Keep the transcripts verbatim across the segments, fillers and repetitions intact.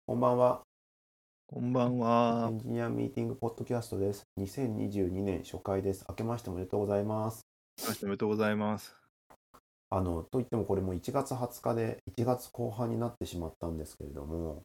こんばんは。 こんばんエは。 ンジニアミーティングポッドキャストです。にせんにじゅうにねん初回です。明けましておめでとうございます。 明けましておめでとうございます。 あの、といってもこれもいちがつはつかでいちがつこう半になってしまったんですけれども、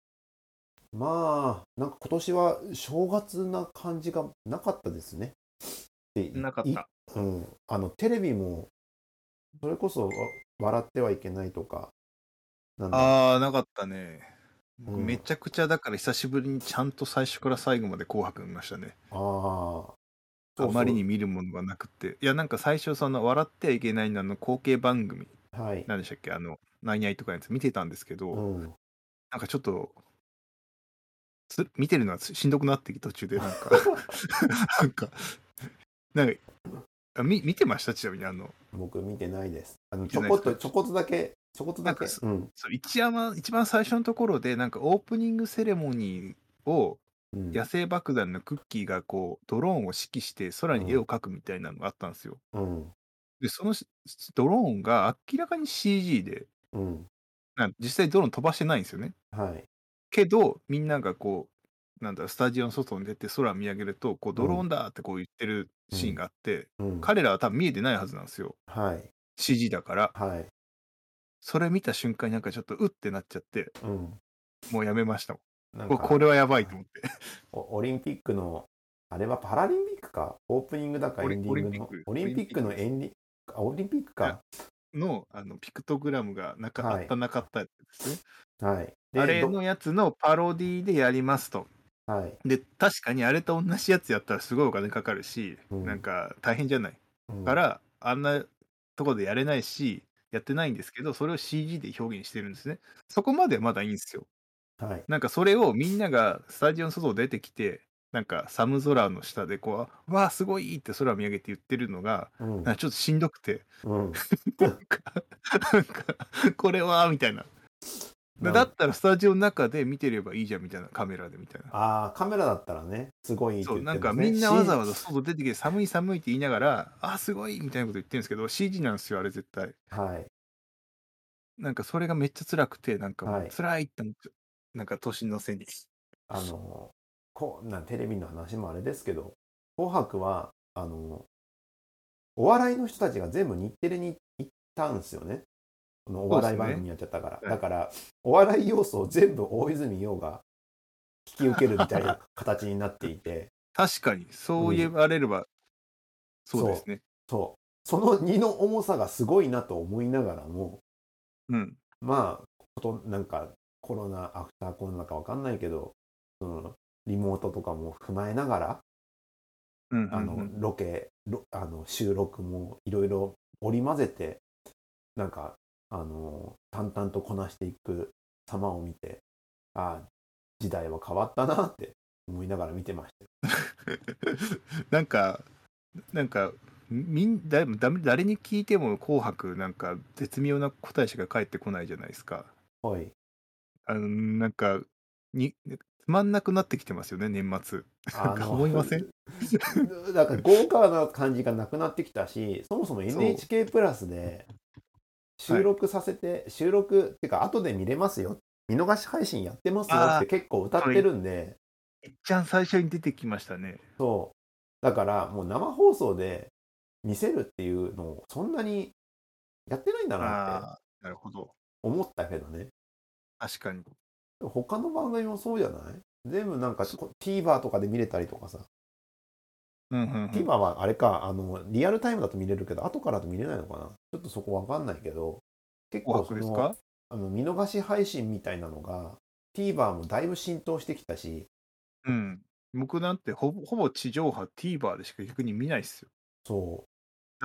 まあ、なんか今年は正月な感じがなかったですね。で、い、いなかった。 うん、あの、テレビも、それこそわ笑ってはいけないとか、なんだ、 あー、なかったね。僕めうん、 ちゃくちゃだから久しぶりにちゃんと最初から最後まで紅白見ましたね。 ああ、そあまりにうそ見るものがなくて。いや、なんか最初その笑ってはいけないのの後継番組、 う、はい、 なんでしたっけ、あの、ナイナイとかのやつ見てたんですけど、 うん。 なんかちょっと、つ見てるのはしんどくなってきて途中でなんかなんか、なんか、あみ見てましたちなみにあの、 僕見てないです。あの、 見てないですか？ ちょこっと、ちょこっとだけ、ちょこっとだけ、 なんかそ、 うん、 そう一番、一番最初のところで、なんかオープニングセレモニーを、 うん、 野生爆弾のクッキーがこう、ドローンを指揮して空に絵をうん、 描くみたいなのがあったんですよ。 うん。 で、そのしドローンが明らかに シージー で、 うん。 なん実際ドローン飛ばしてないんですよね。 はい。 けど、みんながこう、なんだろう、スタジオの外に出て空を見上げると、こう、ドローうん。 ンだってこう言ってるシーンうん。 があって、 うん。 彼らは多分見えてないはずなんですよ。 はい。 シージー だから。 はい。 それ見た瞬間になんかちょっとうってなっちゃって、 うん。 もうやめましたもん。ここなんか、 れはやばいと思って。 おオリンピックの、あれはパラリンピックか。オープニングだかエオリンディングの、 オリンピック、オリオリンピッンピックです。 クのエンディ、あ、オリンピックいや、 か。 の、あの、ピクトグラムがなかあはい。 ったなかったやつですね。 はい。で、 あれど、 のやつのパロディでやりますと。 はい。 で、確かにあれと同じやつやったらすごいお金かかるし、なんうん。 か大変じゃない。 うん。 から、あんなとこでやれないし、やってないんですけど、それを シージー で表現してるんですね。そこまでまだいいんですよ。 はい。 なんかそれをみんながスタジオの外出てきて、なんか寒空の下でこう、わあ、すごいって空を見上げて言ってるのが、 うん。 なんかちょっとしんどくて、 うん。 なんか、なんかこれは、みたいな。だだなん、 ったらスタジオの中で見てればいいじゃんみたいな、カメラでみたいな。 ああ、カメラだったらね、すごいいいってそう、なん言ってますね。 かみんなわざ C、 わざ外出てきて寒い寒いって言いながら、あ、すごいみたいなこと言ってるんですけど、シージー なんですよ、あれ絶対。 はい。 なんかそれがめっちゃ辛くて、なんかもうはい。 辛いって思って、なんか年の瀬に。 あの、こう、な、テレビの話もあれですけど、紅白は、あの、お笑いの人たちが全部日テレに行ったんですよね。このおそうですね。 笑い番組やっちゃったから。 はい。 だから、お笑い要素を全部大泉洋が引き受けるみたいな形になっていて、 確かに、そう言うん、 われれば、そうでそう、 すね。 そう。その荷の重さがすごいなと思いながらも、 うん。 まあ、こと、なんか、コロナ、アフターコロナかわかんないけど、その、リモートとかも踏まえながら、 うん、うん、うあの、 ん。 ロケ、ロあの、収録もいろいろ織り交ぜて、なんか、あの、淡々とこなしていく様を見て、ああ、時代は変わったなって思いながら見てましたよ。 なんか、なんか、みんだだ誰に聞いても紅白なんか絶妙な答えしか返ってこないじゃないですか。 はい。 あの、なんか、に、つまんなくなってきてますよね、年末。なんかあの、 思いません？ なんか豪華な感じがなくなってきたし、そもそもそう。 エヌエイチケー プラスで収はい。 録させて、収録っていうか後で見れますよ。見逃し配信やってますよっああ、 て結構歌ってそれ、いるんで、 っちゃん最初に出てきましたね。 そう。だからもう生放送で見せるっていうのをそんなにやってないんだなってああ、なるほど。 思ったけどね。 確かに。 他の番組もそうじゃない？全部なんかそ TVer とかで見れたりとかさ。 うん、うん、うん。 TVer はあれか、あの、リアルタイムだと見れるけど、後からだと見れないのかな？ちょっとそこわかんないけど、結紅構その、 白ですか？ あの、見逃し配信みたいなのが、TVer もだいぶ浸透してきたし、 うん。僕なんてほぼ、ほぼ地上波 TVer でしか逆に見ないっすよ。 そう、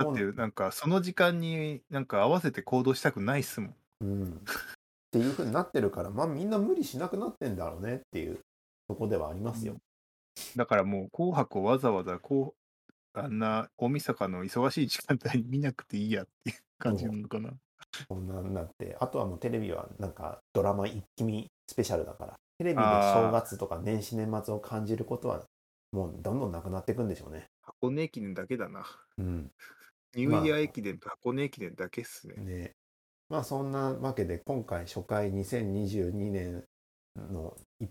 だってそう、 なんかその時間になんか合わせて行動したくないっすもん。 うん、っていう風になってるから、まあみんな無理しなくなってんだろうねっていうとこではありますよ。 うん。だからもう紅白をわざわざこう、あんな大晦日の忙しい時間帯に見なくていいやっていう感じそう、 なのかな。 こんなんなって、あとはもうテレビはなんかドラマ一気見スペシャルだから、テレビで正ああ、 月とか年始年末を感じることはもうどんどんなくなっていくんでしょうね。 箱根駅伝だけだな。 うん。 ニューイヤまー駅伝と箱根駅伝だけっすね。 あね、まあそんなわけで今回初回にせんにじゅうにねんの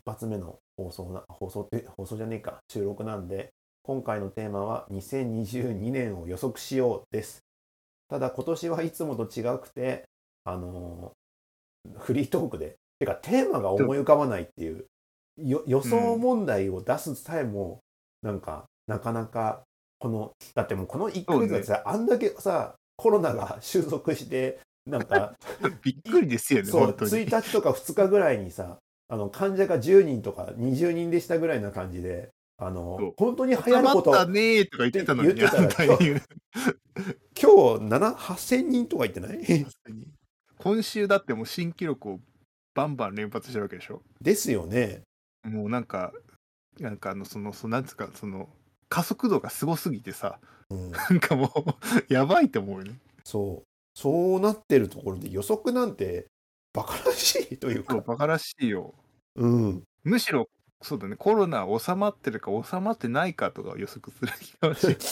発目の放送な、放送って、放送じゃねえか、収録なんで、今回のテーマはにせんにじゅうにねんを予測しようです。ただ今年はいつもと違くて、あのーフリートークで、てかテーマが思い浮かばないっていう、よ予想問題を出すさえも、なんか、なかなか、この、だってもうこのいっかげつだってさ、あんだけさ、コロナが収束して、なんか、 びっくりですよね、 そう、 本当に。 ついたちとかふつかぐらいにさ、あの患者がじゅうにんとかにじゅうにんでしたぐらいな感じで、あのそう本当に流収まっ行ることったねーとか言っててたのに、あ言ってたら、今日、 のタイミング。 今日なな、はっせんにんとか言ってない確かに今週だってもう新記録をバンバン連発してるわけでしょ。 ですよね。 もうなんか、なんかあの、その、そのなんつうか、その、加速度がすごすぎてさ、 うん、 なんかもう、やばいと思うよね。 そう、そうなってるところで予測なんてバカらしいというそう、 か、 バカらしいよ。 うん、 むしろ、そうだね、コロナ収まってるか収まってないかとかを予測する気がしい。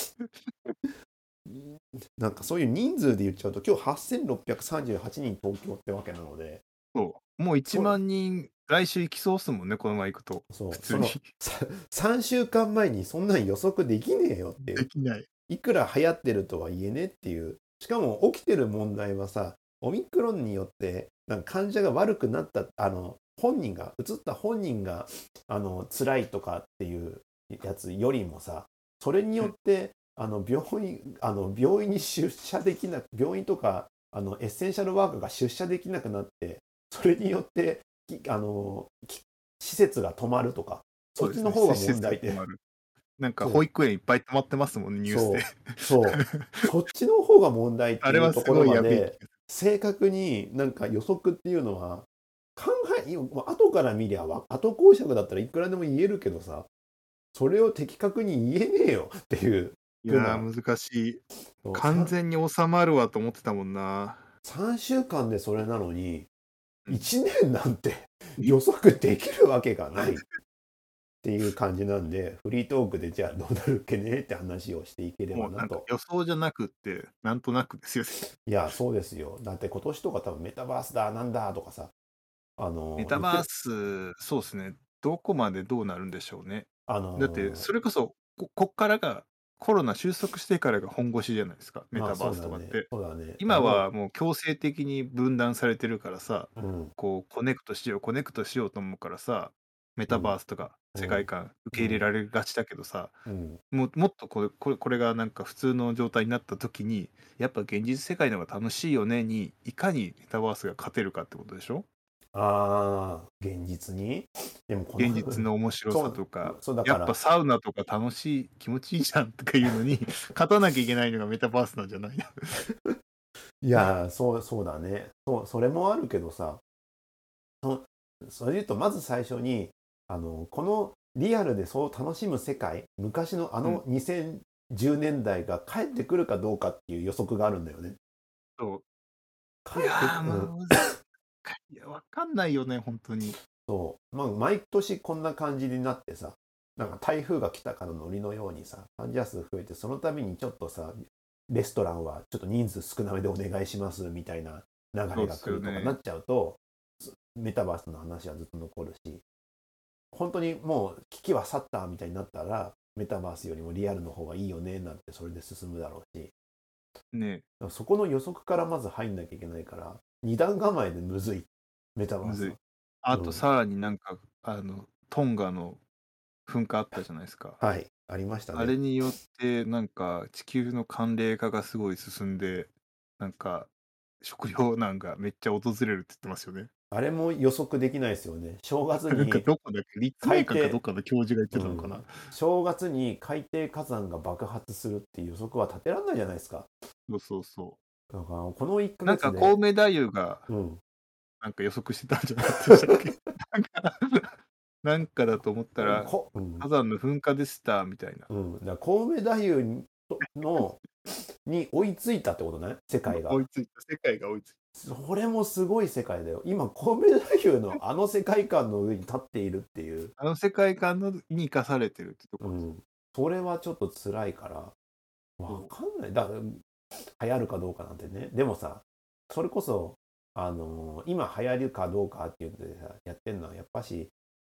なんかそういう人数で言っちゃうと、今日はっせんろっぴゃくさんじゅうはちにん東京ってわけなので、 そう。もう1 そ万人、来週行きそうっすもんね、このまま行くと。 そう普通に。 そのささんしゅうかんまえにそんなん予測できねえよっていう。 できない。 いくら流行ってるとはいえねっていう。しかも起きてる問題はさ、オミクロンによってなんか患者が悪くなった、あの本人が、移った本人があの辛いとかっていうやつよりもさ、それによってあの病院、あの病院に出社できなく、病院とかあのエッセンシャルワークが出社できなくなって、それによってきあのき施設が止まるとか、そっそうですね、 ちの方が施設が問題で。 困る。なんかそう保育園いっぱい止まってますもんね、ニュースで。 そう、そう、そっちの方が問題ってあれいうところはすごいまで、 やべえ気がす正確になんか予測っていうのは、考え、いや後から見りゃわ、後講釈だったらいくらでも言えるけどさ、それを的確に言えねえよっていうる。いふうな、 やー、難しい。 そう完全に収まるわと思ってたもんな。 さんしゅうかんでそれなのに、 うん。 いちねんなんて予測できるわけがないっていう感じなんで、フリートークでじゃあどうなるっけねって話をしていければもうなんかなと。 予想じゃなくって、なんとなくですよね。 いや、そうですよ。だって今年とか多分メタバースだ、なんだとかさ、あの、 メタバー言ってる、 ス、そうですね。どこまでどうなるんでしょうね。 あだっての、 それこそ、ここっからが、コロナ収束してからが本腰じゃないですか、メまあタバーそうだね、 スとかって。 そうだね。 今もはもう強制的に分断されてるからさ、 う、うん、 こうコネクトしよう、コネクトしようと思うからさ、メタうん、 バースとかうん、 世界観受け入れうん、 られがちだけどさ、 うん。 ももっとこれこれこれがなんか普通の状態になった時に、やっぱ現実世界の方が楽しいよねに、いかにメタバースが勝てるかってことでしょ。 ああ、現実にでもこの現実の面白そう、 さとか、 そうだから、 やっぱサウナとか楽しい、気持ちいいじゃんとかいうのに勝たなきゃいけないのがメタバースなんじゃないの。 いや、そう、そうだね。そう、それもあるけどさ、そそれで言うと、まず最初に、あの、このリアルでそう楽しむ世界、昔のあうん。 のにせんじゅうねんだいが帰ってくるかどうかっていう予測があるんだよね。 そう。い帰ってく、 やー、 うん、 まあ、難いや、わかんないよね、本当に。 そう、まあ、毎年こんな感じになってさ、なんか台風が来たかのノリのようにさ、患者数増えて、その度にちょっとさ、レストランはちょっと人数少なめでお願いしますみたいな流そうっれが来すよね。 るとかなっちゃうと、メタバースの話はずっと残るし、本当にもう危機は去ったみたいになったら、メタバースよりもリアルの方がいいよねなんてそれで進むだろうし、 ね、 そこの予測からまず入んなきゃいけないから、二段構えでむずい、メタバースは。 むずい。あうん。 とさらになんか、あの、トンガの噴火あったじゃないですか。 はい、ありましたね。 あれによってなんか地球の寒冷化がすごい進んで、なんか食糧難がめっちゃ訪れるって言ってますよね。 あれも予測できないですよね。正月なんかにどこだっけ、立命海底、 館かどっかの教授が言ってうん、 たのかな。 正月に海底火山が爆発するっていう予測は立てられないじゃないですか。 そうそうそだからこの1 う。なんかヶ月で、 コウメ太夫がうん、 なんか予測してたんじゃなかったでしたっけ。なんか、なんかだと思ったら、 こ、うん、 火山の噴火でしたみたいな。 うん、だからコウメ太夫のに追いついたってことね、世界が。 追いついた、世界が追いついた。 それもすごい世界だよ。今、コウメ太夫のあの世界観の上に立っているっていう。 あの世界観のに生かされてるってところです。 うん。それはちょっと辛いから、わそかんない。だから、流行るかどうかなんてね。でもさ、それこそ、あのー今流行るかどうかっていうんでさ、やってるのは、やっぱし、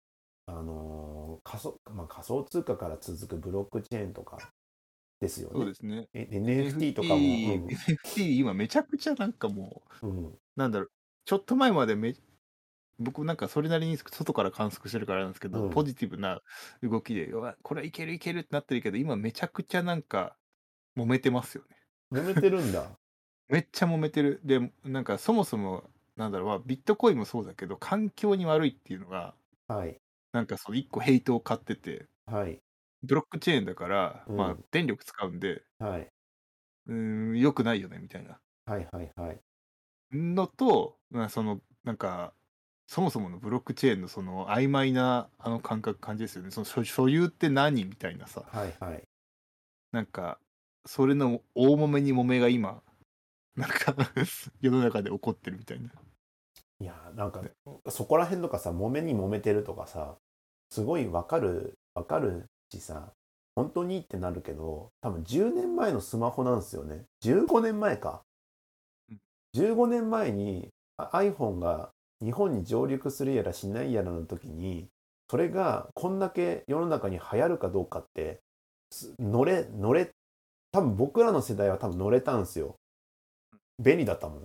あのー仮想、まあ、仮想通貨から続くブロックチェーンとかですよね。 そうですね。 え エヌエフティー とかも、 エヌエフティー、エヌエフティー 今めちゃくちゃなんかもう、 うん、うん、 なんだろう、ちょっと前までめ、僕なんかそれなりに外から観測してるからなんですけど、ポうん、 ジティブな動きで、うわこれはいけるいけるってなってるけど、今めちゃくちゃなんか揉めてますよね。 揉めてるんだ。 めっちゃ揉めてる。で、なんかそもそも、なんだろう、まあビットコインもそうだけど、環境に悪いっていうのが、 はい、 なんかその一個ヘイトを買ってて、 はい、 ブロックチェーンだから、まあうん、 電力使うんで、 はい、 うーん、良くないよね、みたいな。 はい、はい、はい、 のと、まあその、なんか、そもそものブロックチェーンのその曖昧なあの感覚感じですよね。その所所有って何みたいなさ、 はい、はい。 なんか、それの大揉めに揉めが今、なんか世の中で起こってるみたいな。 いやー、なんかそこら辺とかさ、揉めに揉めてるとかさ、すごいわかるわかるしさ、本当にってなるけど、多分じゅうねんまえのスマホなんですよね。じゅうごねんまえか。 うんじゅうごねんまえにあ iPhone が日本に上陸するやらしないやらの時に、それがこんだけ世の中に流行るかどうかって、す乗れ乗れ多分僕らの世代は多分乗れたんですよ。便利だったもんって。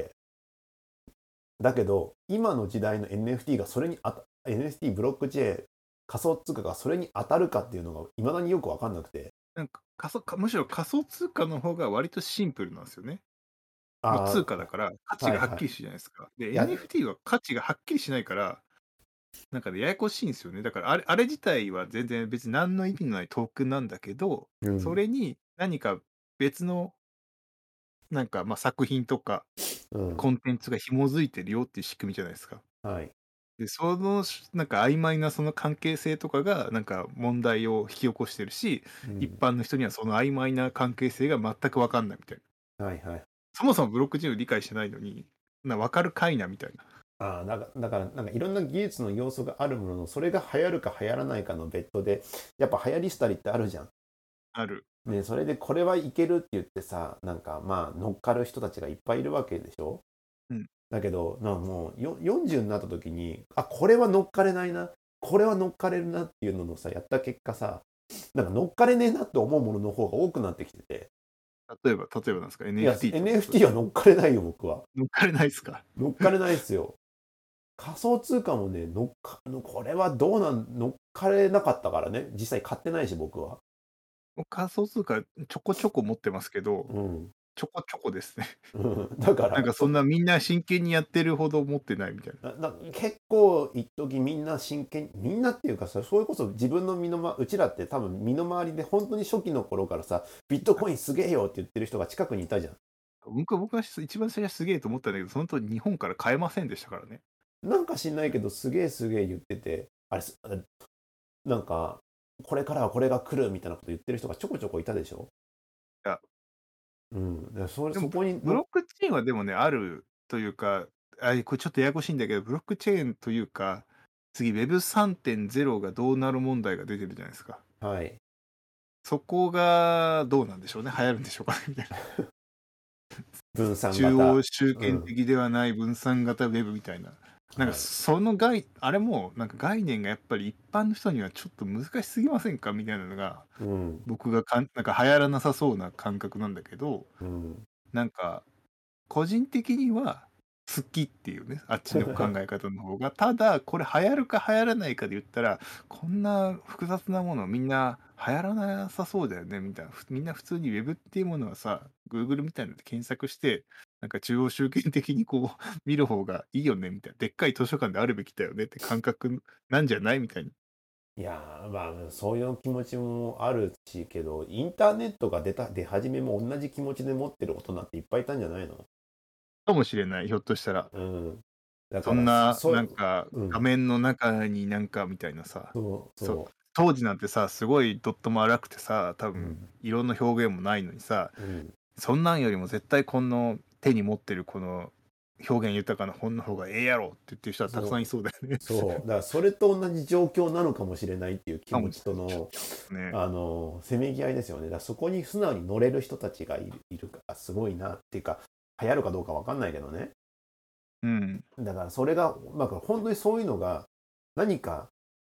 だけど今の時代の エヌエフティー がそれにあた エヌエフティー ブロックチェーン仮想通貨がそれに当たるかっていうのがいまだによく分かんなくて。 なんか仮想かむしろ仮想通貨の方が割とシンプルなんですよね。まあ、 あ通貨だから価あ、はいはい。 値がはっきりしじゃないですか。で、 いや、 エヌエフティー は価値がはっきりしないから、なんかね、ややこしいんですよね。だからあれ、あれ自体は全然別に何の意味のないトークンなんだけど、そうん、 れに何か別のなんかまあ作品とかうん、 コンテンツが紐づいてるよっていう仕組みじゃないですか。 はい。 で、そのなんか曖昧なその関係性とかがなんか問題を引き起こしてるし、一うん、 般の人にはその曖昧な関係性が全く分かんないみたいな。 はいはい。 そもそもブロックチェーンを理解してないのに、な分かるかいなみたいな。 ああ、だから、だからなんかいろんな技術の要素があるものの、それが流行るか流行らないかの別途で、やっぱ流行りしたりってあるじゃん。 ある。 ね、それでこれはいけるって言ってさ、なんかまあ乗っかる人たちがいっぱいいるわけでしょ。 うん。 だけど、なんかもうよよんじゅうになった時に、あ、これは乗っかれないな、これは乗っかれるなっていうののさ、やった結果さ、なんか乗っかれねえなって思うものの方が多くなってきてて、 例えば、例えばなんですかいや、 ?エヌエフティー ってことですエヌエフティー は乗っかれないよ、僕は。 乗っかれないですか？ 乗っかれないですよ。仮想通貨もね、乗っか、これはどうなん、乗っかれなかったからね、実際買ってないし、僕は。 仮想通貨ちょこちょこ持ってますけど、 うん。 ちょこちょこですね。 うん、だかなんら、そ、 かそんなみんな真剣にやってるほど持ってないみたいな。 なな結構一時みんな真剣、みんなっていうかさ、それこそ自分の身のま、うちらって多分身の回りで本当に初期の頃からさ、ビットコインすげえよって言ってる人が近くにいたじゃん。 僕は僕は一番最初はすげえと思ったんだけど、その時日本から買えませんでしたからね。 なんか知んないけど、すげえすげえ言ってて、あれす、なんか、これからはこれが来るみたいなこと言ってる人がちょこちょこいたでしょ。 いや、 うん。でそれ、 でもそこにの、 ブロックチェーンはでもね、あるというか、あ、これちょっとややこしいんだけど、ブロックチェーンというか、次 ウェブさんてんゼロ がどうなる問題が出てるじゃないですか。 はい。 そこがどうなんでしょうね。流行るんでしょうかねみたいな。 分散中央型。 集うん。 権的ではない分散型ウェブみたいな。なんかはい。 その概、あれもなんか概念がやっぱり一般の人にはちょっと難しすぎませんかみたいなのがうん。 僕がかんなんか流行らなさそうな感覚なんだけど、 うん。 なんか個人的には好きっていうね、あっちの考え方の方が、ただこれ流行るか流行らないかで言ったら、こんな複雑なものみんな流行らなさそうだよね、みたいな。ふみんな普通にウェブっていうものはさ、Google みたいなので検索して、なんか中央集権的にこう見る方がいいよね、みたいな。でっかい図書館であるべきだよねって感覚なんじゃないみたいな。 いやー、まあそういう気持ちもあるしけど、インターネットが出た出始めも同じ気持ちで持ってる大人っていっぱいいたんじゃないの。 かもしれない、ひょっとしたら。 うん。だそからそんな、なんそか、 う、うん、 画面の中になんかみたいなさ、そう、 そうそ当時なんてさ、すごいドットも荒くてさ、多う、う分、 ん、 色の表現もないのにさ、 うん、 そんなんよりも絶対この手に持ってるこの表現豊かな本の方がええやろって言ってる人はたくさんいそうそうだよね。 そう、だからそれと同じ状況なのかもしれないっていう気持かもしちとの、 れないね。 あのせめぎ合いですよね。だからそこに素直に乗れる人たちがいる、いるからすごいなっていうか、流行るかどうかわかんないけどね。 うん。 だからそれが、まあ、本当にそういうのが何か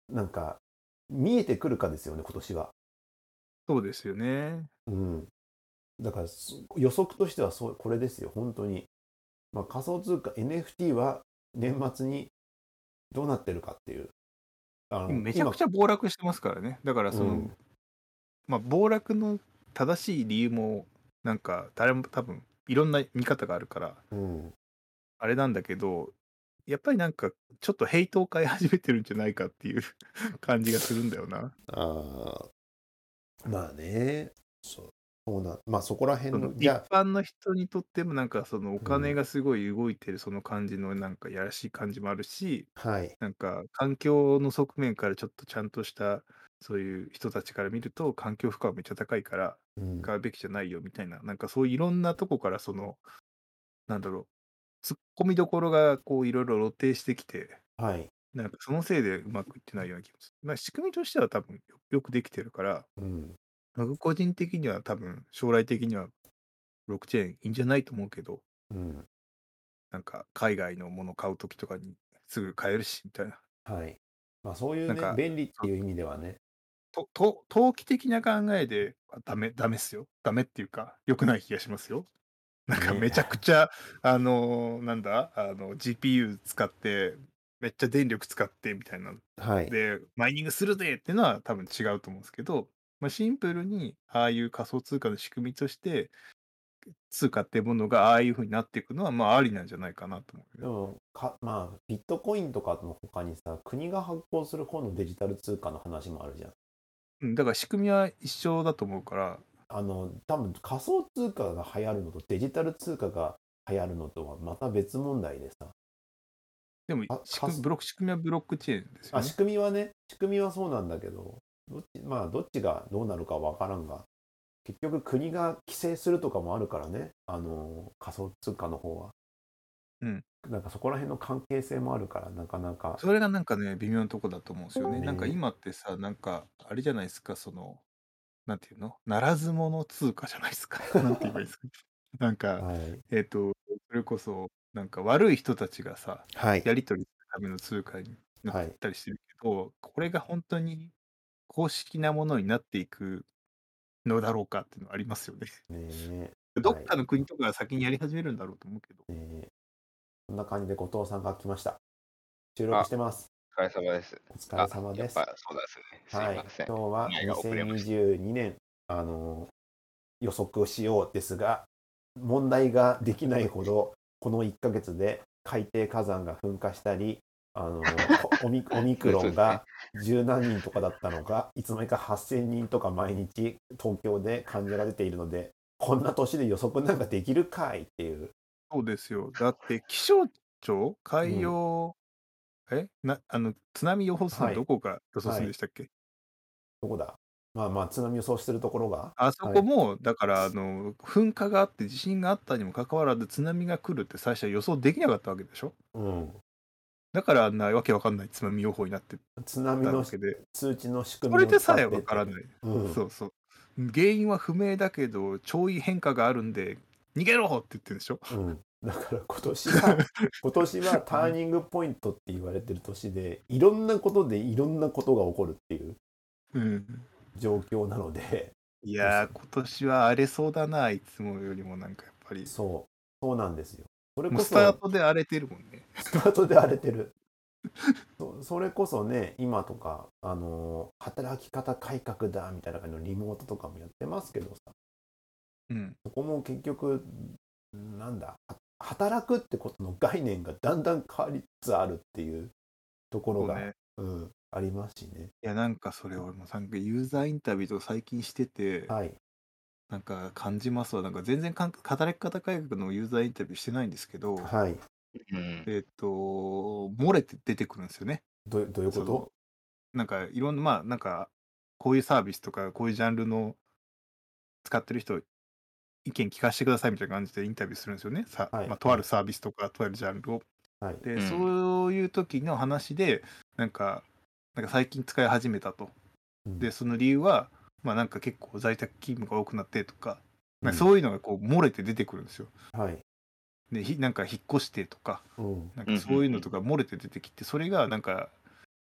なんか見えてくるかですよね、今年は。 そうですよね。 うん。だからそ予測としてはそうこれですよ、本当に。まあ、仮想通貨 エヌエフティー は年末にどうなってるかっていう。あの今、 めちゃくちゃ暴落してますからね。だからその、 うん、 まあ、暴落の正しい理由も、なんか誰も多分いろんな見方があるから、 うん、 あれなんだけど、やっぱりなんかちょっとヘイトを買い始めてるんじゃないかっていう感じがするんだよな。 ああ、まあね、そう、そうなん、まあそこら辺の、じその一ゃあ、 般の人にとってもなんかそのおうん、 金がすごい動いてるその感じのなんかやらしい感じもあるし、 はい、 なんか環境の側面からちょっとちゃんとしたそういう人たちから見ると環境負荷はめっちゃ高いからうん、 買うべきじゃないよみたいな、なんかそういういろんなとこからその、なんだろう、突っ込みどころがこういろいろ露呈してきて、 はい、 なんかそのせいでうまくいってないような気がする。まあ仕組みとしては多分よよくできてるから、 うん、 僕個人的には多分将来的にはブロックチェーンいいんじゃないと思うけど、 うん、 なんか海外のもの買うときとかにすぐ買えるしみたいな。 はい。まあそういうね、 なんか、 便利ってそういう意味ではね、 とと投機的な考えではダメ、ダメっすよ。ダメっていうか、良くない気がしますよ。なんかね、 めちゃくちゃ、あのーなんだ、あの、ジーピーユー 使って、めっちゃ電力使ってみたいな。 はい、 で、マイニングするぜっていうのは多分違うと思うんですけど、まあ、シンプルに、ああいう仮想通貨の仕組みとして、通貨っていうものがああいう風になっていくのは、まあ、ありなんじゃないかなと思うよね。 でもか、まあ、ビットコインとかの他にさ、国が発行する方のデジタル通貨の話もあるじゃん。 うん、だから仕組みは一緒だと思うから、 あの、多分仮想通貨が流行るのとデジタル通貨が流行るのとはまた別問題でさ、 でもあ、 仕組み、 かすブロック仕組みはブロックチェーンですよあ、 ね。 仕組みはね、仕組みはそうなんだけど、どっち、まあ、どっちがどうなるかわからんが、結局国が規制するとかもあるからね、あの、仮想通貨の方は。 うん。 なんかそこら辺の関係性もあるから、なかなか、 それがなんかね、微妙なとこだと思うんですよね。なんかね、 今ってさ、なんか、あれじゃないですか、その、なんていうのならず者通貨じゃないですか。なんて言えばいいですか。なんか、 はい、 えっと、それこそ、なんか悪い人たちがさ、 はい、 やり取りするための通貨になっはい、 たりしてるけど、これが本当に公式なものになっていくのだろうかっていうのはありますよね。 ね、 どっはい、 かの国とかが先にやり始めるんだろうと思うけど。 ね、こんな感じで後藤さんが来ました。収録あ、 してます。 お疲れ様です。 お疲れあ、 様です。 やっぱそうなんですね。すいはい。 ません。 今日は前が遅れましにせんにじゅうにねん、あの予測をしようですが、問題ができないほど、このいっかげつで海底火山が噴火したり、あのこオミオミクロンが十何人とかだったのが、いつの間にかはっせんにんとか毎日東京で患者が出ているので、こんな年で予測なんかできるかいっていう。 そうですよ。だって気象庁、海うん。 洋、えな、あの、津波予報するはい。 のどこが予想すはい。 るんでしたっけ？ どこだ。まあまあ、津波予想してるところが。 あそはい。 こも、だから、あの、噴火があって地震があったにもかかわらず津波が来るって最初は予想できなかったわけでしょ？ うん。 だからあんなわけわかんない津波予報になって津波のたわけで、 通知の仕組そみを使れでさえってって。 わからない。 うん。 そうそう。原因は不明だけど、潮位変化があるんで、逃げろって言ってるでしょ？ うん。だから今年は、今年はターニングポイントって言われてる年で、いろんなことでいろんなことが起こるっていううん。 状況なので、 いやー、今年は荒れそうだな、いつもよりもなんかやっぱり。 そう、そうなんですよ。それもうスターこそ、 トで荒れてるもんね。 スタートで荒れてる。そそれこそね、今とか、あのー働き方改革だみたいな感じのリモートとかもやってますけどさ、 うん。 そこも結局、なんだ、は働くってことの概念がだんだん変わりつつあるっていうところが、 そうね。 うん、ありますしね。 いや、なんかそれ俺もなんかユーザーインタビューとか最近してて、 はい。 なんか感じますわ。なんか全然かん働き方改革のユーザーインタビューしてないんですけど、 はい。 た。うん。 えっと、漏れて出てくるんですよね。 どどういうこその、 と？ なんかいろんな、まあなんか、こういうサービスとか、こういうジャンルの使ってる人、意見聞かせてくださいみたいな感じでインタビューするんですよね。さ、 はい。 まあ、とあはい。 るサービスとか、とあるジャンルを。 はい。 で、 うん。 そういう時の話で、なんか、なんか最近使い始めたと。 うん。 で、その理由は、まあなんか結構在宅勤務が多くなってとか、なんかうん。 そういうのがこう漏れて出てくるんですよ。 はい。 で、ひなんか引っ越してとか、 うん。 なんうん。うかそういうのん。 とか漏れて出てきて、それがなんか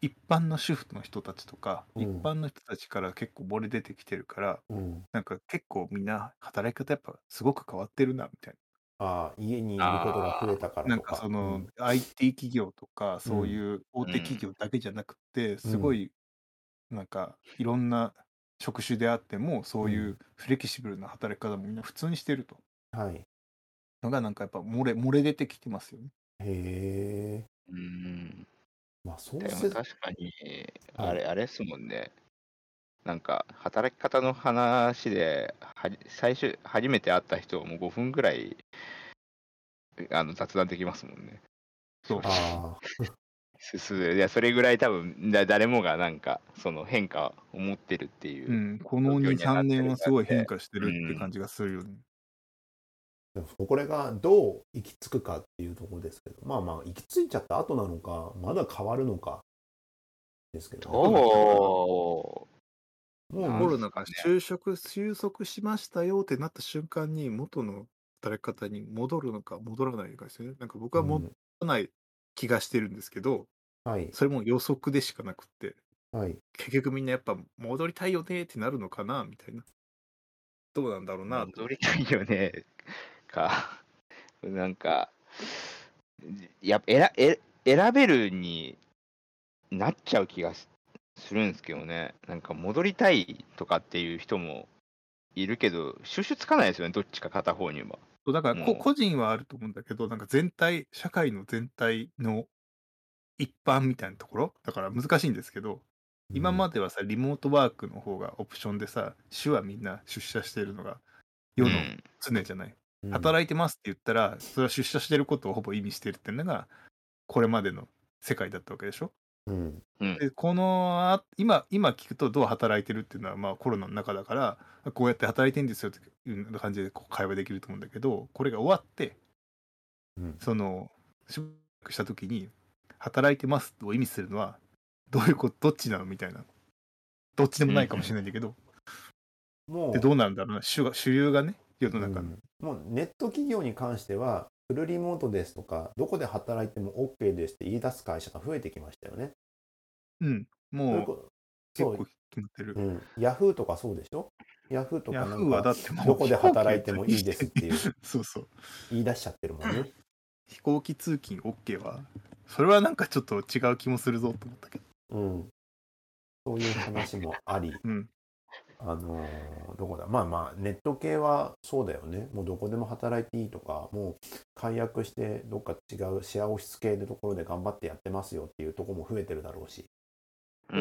一般の主婦の人たちとか、一うん。 般の人たちから結構漏れ出てきてるから、 うん。 なんか結構みんな働き方やっぱすごく変わってるなみたいああ、家にいることが増えああ、 たかな。なんらとか。うかそのん。 アイティー 企業とか、 うそういん。 う大手企うん。 業だけじゃなくて、 うん。 すごいなんかいろんな職種であっても、そうういん。 うフレキシブルな働き方もみんな普通にしてると。 はい。 のがなんかやっぱ漏れ漏れ出てきてますよね。 へえ。 うーん。 まあ、そうでもせ確かに、 はい。 あれあれっすもんね。なんか働き方の話で、はじ最初初めて会った人はもうごふんぐらい、あの、雑談できますもんね。 そう。 正直。 ああ。 すすいや、それぐらい多分、だ誰もがなんか、その変化を持ってるっていううん、このに、 状況にはな 3 ってるん年はすごい変だって。 化してうるって感ん。 じがするよね。 でもこれがどう行き着くかっていうところですけど、まあまあ、行き着いちゃった後なのか、まだ変わるのかですけどね。 どうなんですかね。 どうもうみ、 コロナがなんすかね。 収束収束しましたよってなった瞬間に、元の働き方に戻るのか戻らないのかですよね。なんか僕は戻うん。 らない気がしてるんですけど、 はい。 それも予測でしかなくって、 はい。 結局みんなやっぱ戻りたいよねってなるのかなみたいな。どうなんだろうなと思って。 戻りたいよね、か。なんか、やえらえ選べるになっちゃう気がすするんすけどね。なんか戻りたいとかっていう人もいるけど、収集つかないですよね、どっちか片方には。 そうだからこも個人はあると思うんだけど、なんか全体、社会の全体の一般みたいなところだから難しいんですけど、今うん。 まではさ、リモートワークの方がオプションでさ、主はみんな出社してるのがう、う世のん。 常じゃない。 うん。 働いてますって言ったら、それは出社してることをほぼ意味してるっていうのが、これまでの世界だったわけでしょ。 うん。 うん。 で、このあ今、今聞くとどう働いてるっていうのは、まあコロナの中だから、こうやって働いてんですよっていう感じでこう会話できると思うんだけど、これが終わって、 うん。 その、しばらくしたときに、働いてますを意味するのは、どういうこと、どっちなのみたいな。どっちでうん、 もないかもしれないんだけど、で、 もどうなんだろうな、主が主流がね、世のう、う中の。 ん。もうネット企業に関しては、フルリモートですとか、どこで働いても OK ですって言い出す会社が増えてきましたよね。 うん、もうそれこそう、 結構決まってる。 うん。ヤフーとかそうでしょ。ヤフーとヤフーはかなんか、 だってもうどこで飛行機働いてもで通勤いいですっして、 ていうそうそう。 言い出しちゃってるもんね。 飛行機通勤 OK は、それはなんかちょっと違う気もするぞと思ったけど。 うん。そういう話もあり、 うん。 あのーどこだ、まあまあ、ネット系はそうだよね。もうどこでも働いていいとか、もう解約してどっか違うシェアオフィス系のところで頑張ってやってますよっていうところも増えてるだろうし。 うん、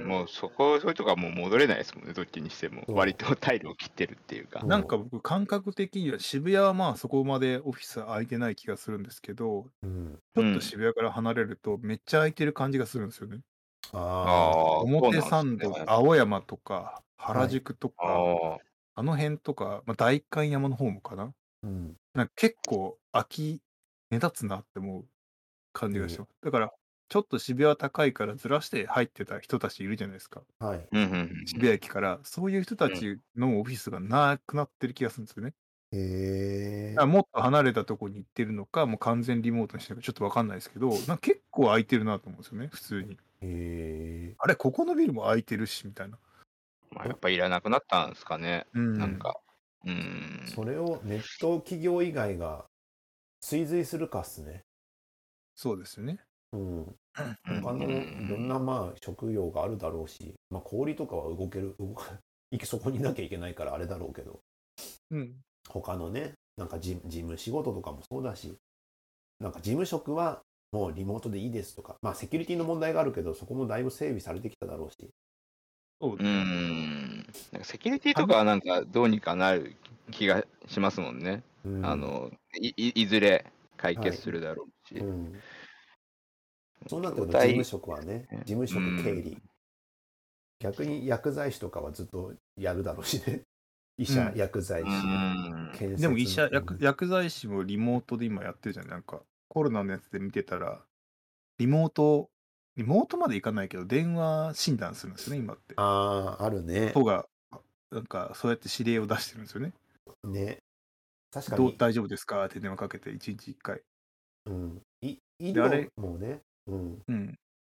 もうそこ、そういうとこはもう戻れないですもんね、どっちにしても。割そと退路を切ってるっていうか。 う。そなんか僕、感覚的には渋谷はまあそこまでオフィス空いてない気がするんですけど、 う。うん。 ちょっとうん。 渋谷から離れるとめっちゃ空いてる感じがするんですよね。 ああ、 ああ、そう表なんす参道、 ね。 青山とか原はい。 宿とか、 ああ。 あの辺とか、まあ、代官山の方もかな。 うん。 なんか結構空き目立つなって思う感じがしえます。だから、ちょっと渋谷は高いからずらして入ってた人たちいるじゃないですか。 ーはい。 うん、うんうん渋谷駅から、そういう人たうん。 ちのオフィスがなくなってる気がするんですよね。 へえ。 だからもっと離れたとこに行ってるのか、もう完全リモートにしてるのかちょっとわかんないですけど、なんか結構空いてるなと思うんですよね、普通に。 へえ。 あれ、ここのビルも空いてるし、みたいな。 まあ、やっぱいらなくなったんすかね。 うん。 なんか。うーん。 それをネット企業以外が追随するかっすね。 そうですよね。 うん。 う他のいろんなん。 まあ職業があるだろうし、まあ小売とかは動ける、動か、行きそこにいなきゃいけないからあれだろうけど、 うん。 他のね、なんか事事務仕事とかもそうだし、なんか事務職はもうリモートでいいですとか、まあセキュリティの問題があるけど、そこもだいぶ整備されてきただろうし。 うーそうですね。 ん。なんかセキュリティたぶん、 とかはなんかどうにかなる気がしますもんね。 うん。 あの、いいいずれ解はい。 決するだろうし。 うん。そうなってくると事務業態、 職はね、 ね、 事務う職経理。 ん。 逆に薬剤師とかはずっとやるだろうしね。医者、 うん。 薬う剤師、 ん。 でも医建設の。 者、薬、 うん。 薬剤師もリモートで今やってるじゃん。なんか、コロナのやつで見てたら、リモート、リモートまでいかないけど、電話診断するんですよね、今って。 ああ、あるね。 都が、なんか、そうやって指令を出してるんですよね。 ね。確かどう、 に、 大丈夫ですかって電話かけて、いちにちいっかい。 うん。い医で、あ療れ、 もね、うん。 うん。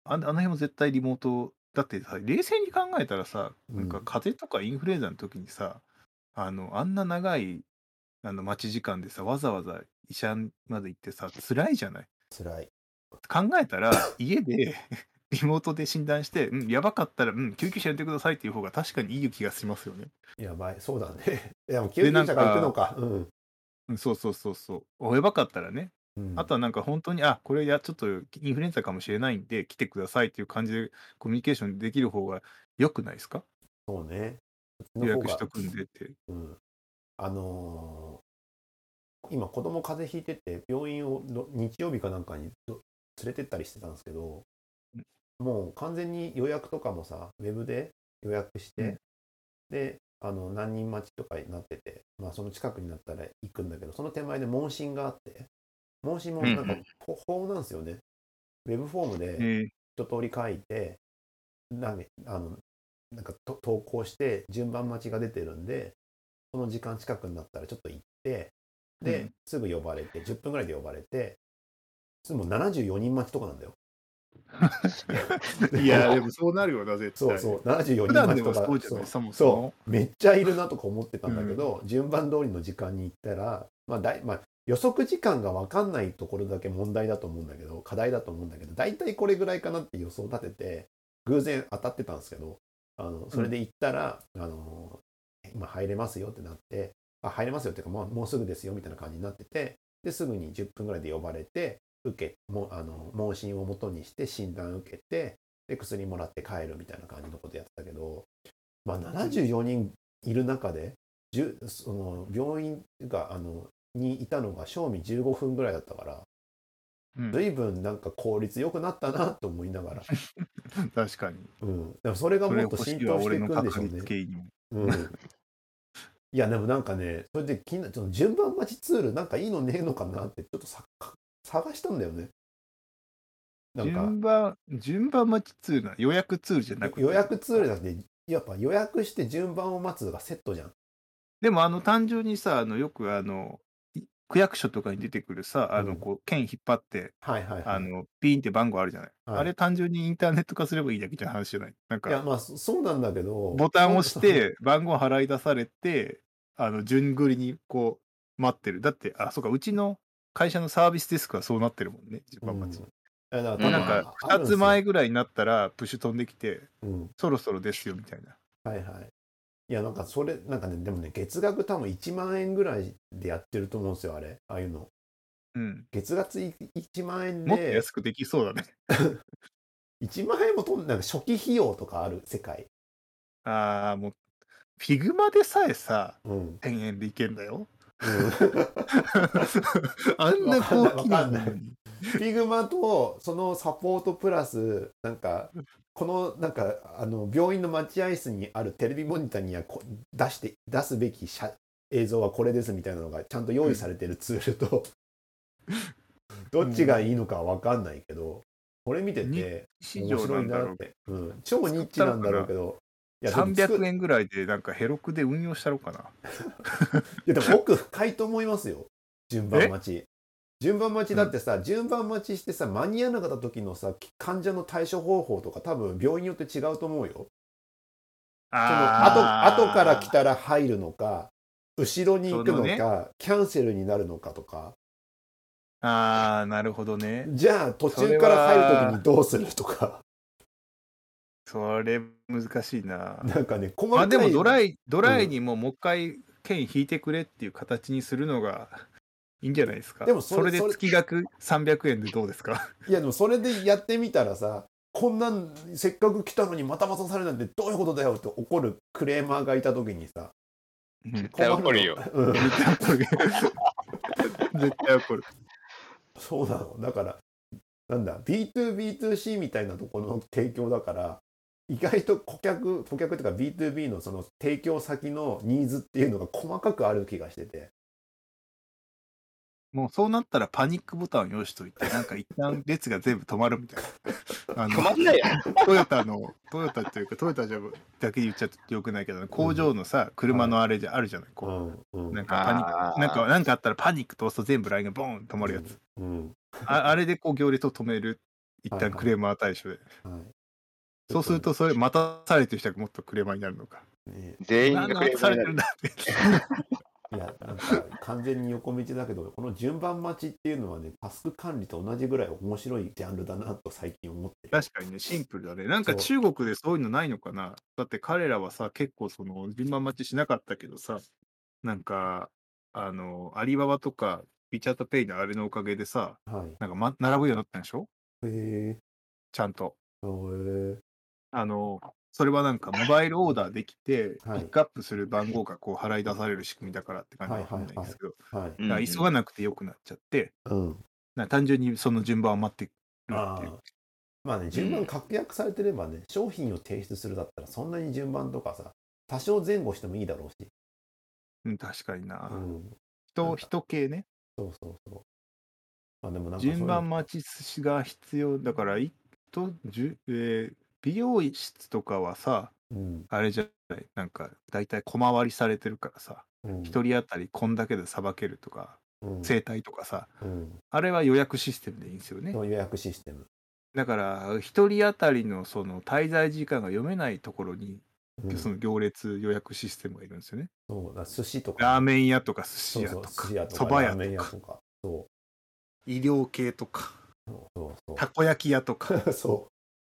ああの辺も絶対リモートだってさ、冷静に考えたらさ、なんかうん、 風邪とかインフルエンザの時にさ、あの、あんな長いあの待ち時間でさ、わざわざ医者まで行ってさ、辛いじゃない。 辛い。 考えたら、家でリモートで診断して、うん、やばかったら、うん、救急車呼んでくださいっていう方が確かにいい気がしますよね。 やばい、そうだね。いや、もう救で、なん急車が行くのか、 か。うん、 うん、そうそうそうそう。おやばかったらね。 うん、 あとはなんか本当に、あ、これやちょっとインフルエンザかもしれないんで来てくださいっていう感じでコミュニケーションできる方が良くないですか？ そうね。そっちの予方が、 約しとくんでって。 うん、あのー今子供風邪ひいてて、病院をど日曜日かなんかにど連れてったりしてたんですけど、 うん、 もう完全に予約とかもさ、ウェブで予約しうん、 て、で、あの何人待ちとかになってて、まあその近くになったら行くんだけど、その手前で問診があって、問診もうんうなんかん。 フォフォームなんですよね。ウェブフォームでえ一通り書いて、なんであのなんかと投稿して順番待ちが出てるんで、その時間近くになったらちょっと行って、 ー、うん。 ですぐ呼ばれて、じゅっぷんぐらいで呼ばれて、すぐもうななじゅうよにん待ちとかなんだよ。 いや、でで、 もそうなるよな、絶対。 そうそう、ななじゅうよにん普段で待ちとか、 もそうじゃない、 そう、 そもそそも。 う、めっちゃいるなとか思ってたうんだけん。 ど、順番通りの時間に行ったら、まあだい、まあ、予測時間が分かんないところだけ問題だと思うんだけど、課題だと思うんだけど、大体これぐらいかなって予想立てて、偶然当たってたんですけど、あのうん。 それで行ったら、あの今入れますよってなって、あ、入れますよっていうか、もう、もうすぐですよみたいな感じになってて、ですぐにじゅっぷんぐらいで呼ばれて、受け、もあの問診をもとにして診断受けて、で薬もらって帰るみたいな感じのことやってたけど、まあ、ななじゅうよにんいる中でじゅその病院があのにいたのが正味じゅうごふんぐらいだったから、 うん。 随分なんか効率良くなったなと思いながら、 確かに。 うん、でもそれがそれもっと欲しいわ、 浸透してい俺のかかりくんでしょうね。 つけ医にも。 うん、いやでもなんかね、それで気になその順番待ちツールなんかいいのねえのかなってちょっとさ探したんだよね。なんか順番順番待ちツールな予約ツールじゃなくてってこ予約ツーとか？ ルだってやっぱ予約して順番を待つがセットじゃん。 でも、あの、単純にさ、あの、よく、あの、い区役所とかに出てくるさ、あの、 うん。 こう、券引っ張って、 はいはいはい。 あの、ピーンって番号あるじゃない。あはい。 れ単純にインターネット化すればいいだけじゃ話じゃない。なんか、 いやまあそそうなんだけど、 ボタンを押しそそて、番号払い出されて、あの、順繰りにこう、待ってる。だって、あ、そうか、うちの会社のサービスデスクはそうなってるもんね、順うん。 番待ち。 いやだからうん多分でなんか、 ああ 2つるんすよ。 前ぐらいになったら、プッシュ飛んできて、 うん。 そろそろですよ、みたいな。 はいはい。いやなんかそれなんかねでもね月額多分いちまん円ぐらいでやってると思うんですよあれああいうの。 うん。 月額いいちまん円もっとで安くできそうだね。 いちまん円もとんなんか初期費用とかある世界。 ああ、もうフィグマでさえさ、 うん。 せんえんでいけんだよ。 うん。 あんなわかんない高機わかんない。 能なのに。 フィグマとそのサポートプラスなんかこのなんかあの病院の待合室にあるテレビモニターにはこ出して出すべき写映像はこれですみたいなのがちゃんと用意されてるツールとどっちがいいものかわかんないけど、これ見てう、日て市場面白なんだろう。 いなって、うん、超ニ作っッチなんだたろかな。 ろうけど、いやでも 300 作円ぐらいでなんかヘロクで運用したろかな。 いやでも奥深いと思いますよ。順番え待ち。順番待ちうん。 だってさ、順番待ちしてさ、間に合わなかった時のさ、患者の対処方法とか多分病院によって違うと思うよ。その後、後から来ああ、 たら入るのか、後ろに行くそのね。 のか、キャンセルになるのかとか、 ああ、なるほどね。 じゃあ途それ中から入る時には、 どうするとか、 それ難しいな。 なんかね、 まあでも細かい、 ドライ、ドうん。 ライにももう一回券引いてくれっていう形にするのがいいんじゃないですか。 でもそれ、 それでそれ、 月額さんびゃくえんでどうですか？ いやでもそれでやってみたらさ、こんなんせっかく来たのにまた待たされるなんてどういうことだよって怒るクレーマーがいた時にさ、 うん。 絶対困るの。 怒るよ。 うん。 絶対怒る。絶対怒る。 そうなの。だから、なんだ、ビーツービーツーシー みたいなところの提供だから、意外と顧客、顧客というか ビーツービー のその提供先のニーズっていうのが細かくある気がしてて。 もうそうなったらパニックボタンを用意しといて、なんか一旦列が全部止まるみたいな。あの、 止まんないよ。 トヨタの、トヨタというか、トヨタじゃだけ言っちゃってよくないけど、工うん。 場のさ、車はい。 のあれじゃあるじゃない。 うこん。うう、なんん。 かパニック、なんか、 ああ、 なんかあったらパニックと押すと全部ラインがボーン止まるやつ。 うん。うん。 ああれでこう行列を止める。 一はいはい。 旦クレーマー対象で。 はい。ちょそうするっとね、 とそれ待たされてる人がもっとクレーマーになるのか。 ね、 全員がクなんで待たレーマーになる。 されてるんだって。 いや、なんか完全に横道だけど、この順番待ちっていうのはね、タスク管理と同じぐらい面白いジャンルだなと最近思ってる。 確かにね、シンプルだね。なんかそう。 中国でそういうのないのかな。だって彼らはさ、結構その順番待ちしなかったけどさ、なんか、あの、アリババとか、ビチャットペイのあれのおかげでさ、 はい。 なんか、ま、並ぶようになったんでしょへえ。 ちゃんと。 へえ。 あの、それはなんかモバイルオーダーできて、ピはい。 ックアップする番号がこう払い出される仕組みだからって感じはいわかんはいはい。 ないんですけど、 はい。 うだからん急がなくてよくなっちゃって、 うん。 な単純にその順番を待ってるっていう。 ああ。まあね、 う順番ん。 確約されてればね、商品を提出するだったら、そんなに順番とかさ、多少前後してもいいだろうし。 うん、確かにうな。 ん。な人、 んか、 人系ね。 そうそうそう。まあでもなんか順そういうの、 番待ちが必要だから、いとじゅ、えー美容室とかはさ、 うん。 あれじゃない、なんか大体小回りされてるからさ、 うん。 一人当たりこんだけでさばけるとか、 うん。 整体とかさ、 うん。 あれは予約システムでいいんですよね。 の予約システム。 だから一人当たりのその滞在時間が読めないところに、 うん。 その行列予約システムがいるんですよね。 そうだ、寿司とかラーね。 メン屋とか寿司そうそう、寿屋とか、 司屋とか蕎麦ラーメン屋とか、 屋とか。そ医療系とか、 う。そうそうたこ焼き屋とか。 そう。そう。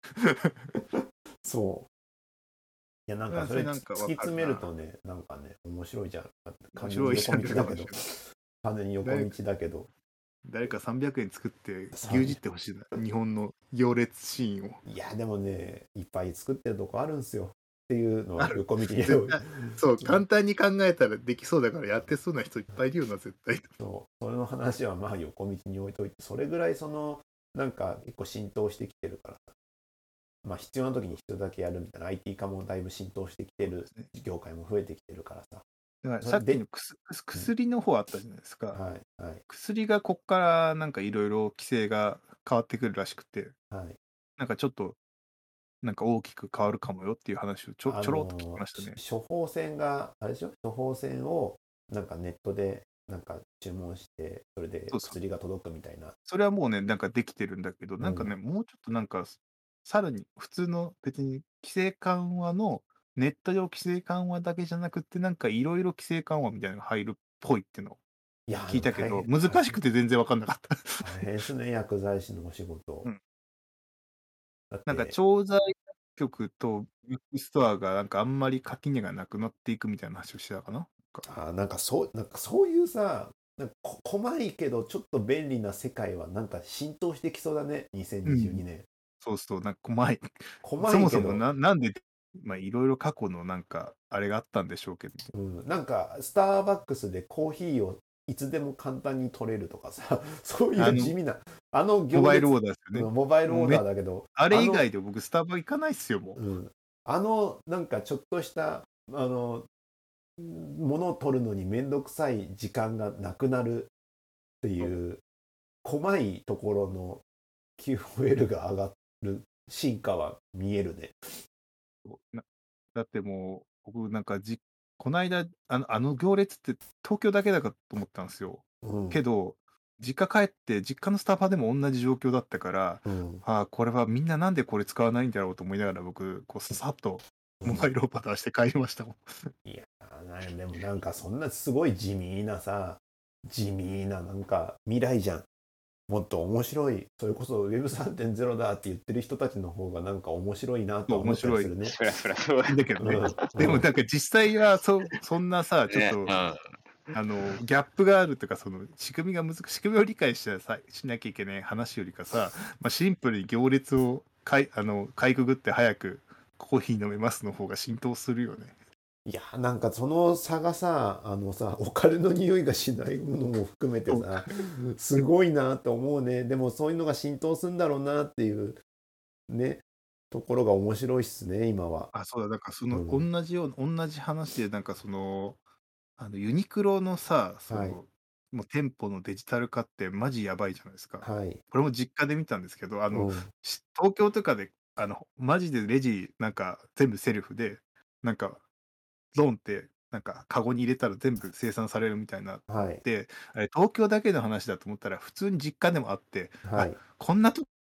そう。いや、なんかそれ突きそれなんかわか詰るな。 めるとね、なんかね、面白いじゃん。 面完全に白いじゃん横道だけど、 かもしれない。 完全に横誰道だけど、 誰かさんびゃくえん作ってさ牛耳ってほしいな。日本の行列シーンを。 いや、でもね、いっぱい作ってるとこあるんすよ。っていうのはある。 横道に絶対、そう、簡単に考えたらできそうだからやってそうな人いっぱいいるよな、絶対。 そう、それの話はまあ横道に置いといて、それぐらいその、なんか結構浸透してきてるからさ、まあ必要な時に人だけやるみたいな アイティー 化もだいぶ浸透してきてる業界も増えてきてるからさ。 だからさっきのくす薬の方あったじゃないですか。 はいはい薬がこっからなんかいろいろ規制が変わってくるらしくて、 はい。 なんかちょっとなんか大きく変わるかもよっていう話をちょあちょろっと聞きのましたね。 し処方箋があれでしょ、処方箋をなんかネットでなんか注文してそれでそうそう。 薬が届くみたいな。 それはもうね、なんかできてるんだけど、なんかうんね、もうちょっとなんか、さらに普通の別に規制緩和の、ネット上規制緩和だけじゃなくて、なんかいろいろ規制緩和みたいなのが入るっぽいっていうのをいや聞いたけど、 大変難しくて全然わかんなかった。 大変ですね、薬剤師のお仕事。 うんだっなんかて、 調剤局とドラッグストアがなんかあんまり垣根がなくなっていくみたいな話をしてたかな。 あなんかそうなんかそういうさ、なんかこ細いけどちょっと便利な世界はなんか浸透してきそうだね、にせんにじゅうにねん。 そうそう、なんか細い。 細そもいけど、 そもななんで、まあいろいろ過去のなんかあれがあったんでしょうけど、 うん、なんかスターバックスでコーヒーをいつでも簡単に取れるとかさ、そういあのう地味な、あのモ行列、 バイルオーダーですよね。 うんモバイルオーもうめダーだけど、 あれ以あの、 外で僕スタバ行かないっすよ、もうん、あのなんかちょっとしたあのものを取るのにめんどくさい時間がなくなるっていう細いところの キューオーエル が上がる進化は見えるね。 う。なだってもう、僕なんかじ、この間、あのあの行列って東京だけだかと思ったんですよ。 うんけど、実家帰って、実家のスタバでも同じ状況だったから、 うんああ、これはみんななんでこれ使わないんだろうと思いながら僕、こうささっとうんモバイルオーダーして帰りましたもん。 いやーなでもなんかそんなすごい地味なさ地味ななんか未来じゃん。もっと面白い、それこそ ウェブさんてんゼロ だって言ってる人たちの方がなんか面白いなとは思ったりするね。 そりゃそりゃそういいんだけどね。 うんでもなんか実際はそそんなさ、ちょっと、 ねうんあのギャップがあるとか、その仕組みが難しい、仕組みを理解してさしなきゃいけない話よりかさ、まあ、シンプルに行列をかいあのかいくぐって早くコーヒー飲めますの方が浸透するよね。 いやなんかその差がさあのさお金の匂いがしないものも含めてさすごいなと思うね。でもそういうのが浸透するんだろうなっていうねところが面白いっすね今は。 あ、そうだ、なんかそのうん同じような、同じ話で、なんかその、あのユニクロのさ、その、 はいもう店舗のデジタル化ってマジやばいじゃないですか。 はいこれも実家で見たんですけど、あの、 うんし東京とかで、あの、マジでレジ、なんか全部セルフで、なんか、ドンって、なんかカゴに入れたら全部生産されるみたいなはいで、あれ東京だけの話だと思ったら普通に実家でもあって、あ、 はいこんなと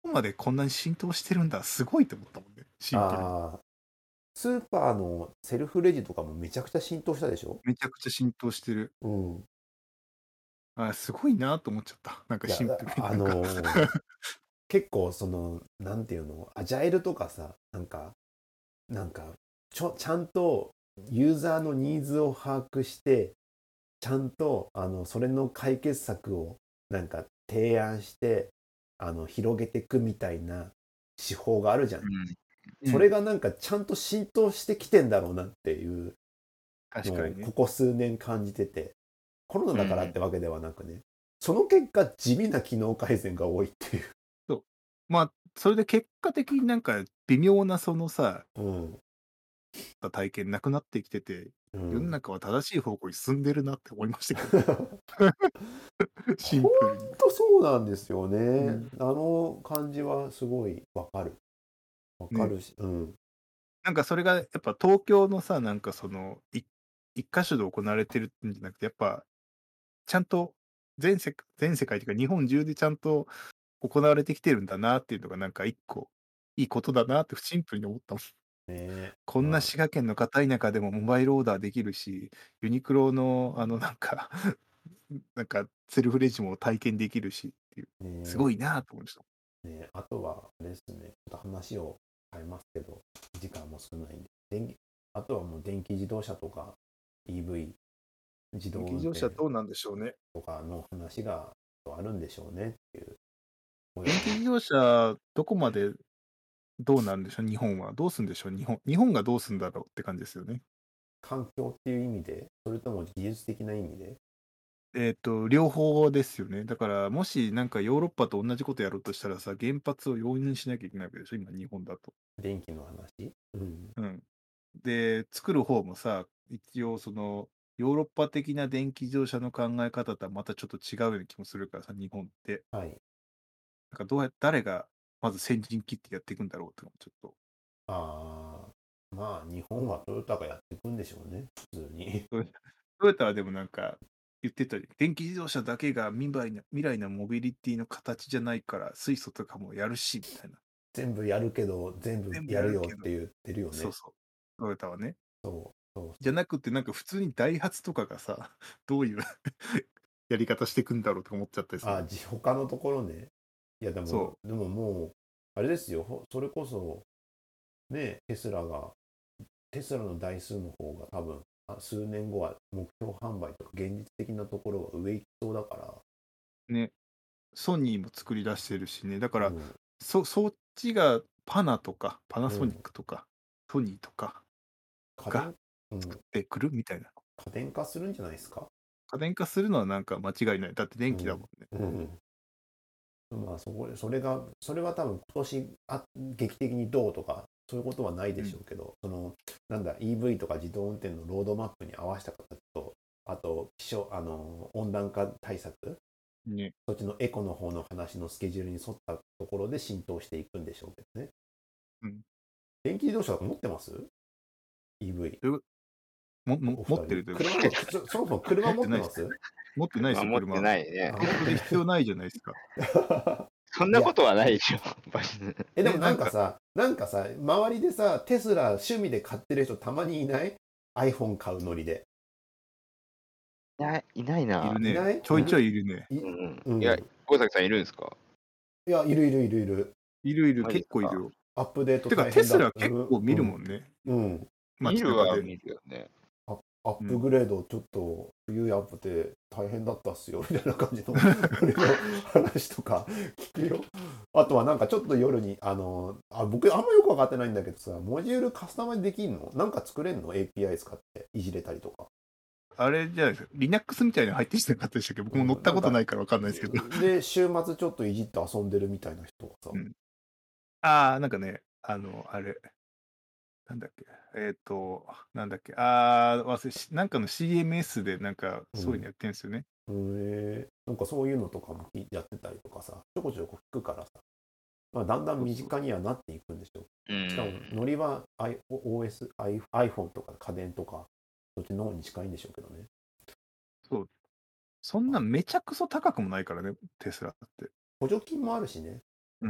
こまでこんなに浸透してるんだ、すごいと思ったもんね、シンプルに。 ああ、スーパーのセルフレジとかもめちゃくちゃ浸透したでしょ。 めちゃくちゃ浸透してる。 うん。 あ、すごいなと思っちゃった。なんかいや、 シンプルにあなんか。 のー結構その、なんていうの、アジャイルとかさ、なんか、なんか、ちょ、ちゃんとユーザーのニーズを把握して、ちゃんと、あの、それの解決策を、なんか、提案して、あの、広げていくみたいな手法があるじゃん。 うん。 それがなんか、ちゃんと浸透してきてんだろうなっていうのを、 確かにね。 ここ数年感じてて、コロナだからっうんてわけではなくね、その結果、地味な機能改善が多いっていう。 そう。まあ、それで結果的になんか微妙なそのさ、 うん。 体験なくなってきてて、世のうん。 中は正しい方向に進んでるなって思いましたけど、シほんンプルに。 とそうなんですようね。 ん。 あの感じはすごいわかる。わかね。 るし、うん。 なんかそれがやっぱ東京のさ、なんかその、い一箇所で行われてるんじゃなくて、やっぱちゃんと全世全世界というか日本中でちゃんと行われてきてるんだなっていうのがなんか一個いいことだなってシンプルに思ったもん。 ね。 こんなま滋賀県の片田舎でもモバイルオーダーできるし、ユニクロのあのなんかなんかセルフレジも体験できるしっていう、 あ、ねすごいなと思いました。 ね、あとは、あれですね、ちょっと話を変えますけど、時間も少ないんで、電気あとはもう電気自動車とか イーブイ、自動電気運転自動車どうなんでしょうね。 とかの話があるんでしょうねっていう。 電気自動車どこまでどうなんでしょう、日本は。どうすんでしょう、日本。日本がどうすんだろうって感じですよね。 環境っていう意味で、それとも技術的な意味で、 えっと、両方ですよね。だから、もしなんかヨーロッパと同じことやろうとしたらさ、原発を容認しなきゃいけないわけでしょ、今、日本だと。 電気の話、うん、 うん。で、作る方もさ、一応その、ヨーロッパ的な電気自動車の考え方とはまたちょっと違うような気もするからさ、日本って。 はい。 なんかどうや、誰がまず先陣切ってやっていくんだろうってのもちょっと。 ああ、まあ、日本はトヨタがやっていくんでしょうね、普通に。 トヨトヨタはでもなんか言ってたり、電気自動車だけが未来な未来のモビリティの形じゃないから、水素とかもやるし、みたいな。 全部やるけど、全部全部やるやるけど、 よって言ってるよね。 そうそう、トヨタはね。 そうそうじゃなくて、なんか普通にダイハツとかがさ、どういうやり方していくんだろうとか思っちゃったりするあ、 の。 じ他のところね。いや、でも、 そでももう、あれですよ、ほそれこそ、ね、テスラが、テスラの台数の方が多分、あ数年後は目標販売とか現実的なところが上行きそうだから、 う。ね。ソニーも作り出してるしね。だから、 うん、 そ、そっちがパナとか、パナソニッうん、 クとか、ソニーとかが家電、うん、 作ってくるみたいな。 家電化するんじゃないですか。 家電化するのはなんか間違いない。だって電気だもんね。 うん、うん、まあそこで、それが、それは多分今年あ劇的にどうとか、そういうことはないでしょうけど、その、なんだ、イーブイ とか自動運転のロードマップに合わせた形と、あと、気象、あの、温暖化対策、 ね。 そっちのエコの方の話のスケジュールに沿ったところで浸透していくんでしょうけどね。 うん。 電気自動車持ってます ?イーブイ。 どういうも、も、 お二人。 持ってるという車も、そそもそも車持ってます持ってないですよ、 まあ持って車。 ないね。 あ、 東京で持ってない。 必要ないじゃないですか。 そんなことはないでしょ。 え、でもえ、 なんかさ、なんかさ、周りでさ、テスラ趣味で買ってる人たまにいない ?iPhone 買うノリで。 いない、いないいなる。 いないね。ちょいちょいいるね。 い、 うんうん。 うん。 いや、大崎さんいるんですか？ いや、いるいるいるいる。 いるいる、 マジか。 結構いるよ。 アップデートてか、 大変だ。 テスラ結構見るもんね。 うん。うん。 見街中で。 るは見るよね。 あアップグレードちょっと冬やって大変だったっすよみたいな感じのあれの話とか聞くよ。あとはなんかちょっと夜にあのあ僕あんまよく分かってないんだけどさ、モジュールカスタマイズできんの？なんか作れんの？ エーピーアイ 使っていじれたりとか。 あれじゃないですか。Linux みたいに入ってきてなかったでしたっけ？僕も乗ったことないから分かんないですけど。 で週末ちょっといじって遊んでるみたいな人がさ、 うん、ああ、なんかね、あの、あれ、なんだっけ、えっ、と、なんだっけ、ああ、忘れし、なんかの シーエムエス でなんかそういうのやってるんですよね。 へえなんかそういうのとかもやってたりとかさ、ちょこちょこ聞くからさ、まあ、だんだん身近にはなっていくんでしょう。 うん。 しかもノリは I- オーエス、I- iPhone とか家電とかそっちの方に近いんでしょうけどね。 そう。そんなめちゃくそ高くもないからね、テスラって。 補助金もあるしね。 うん。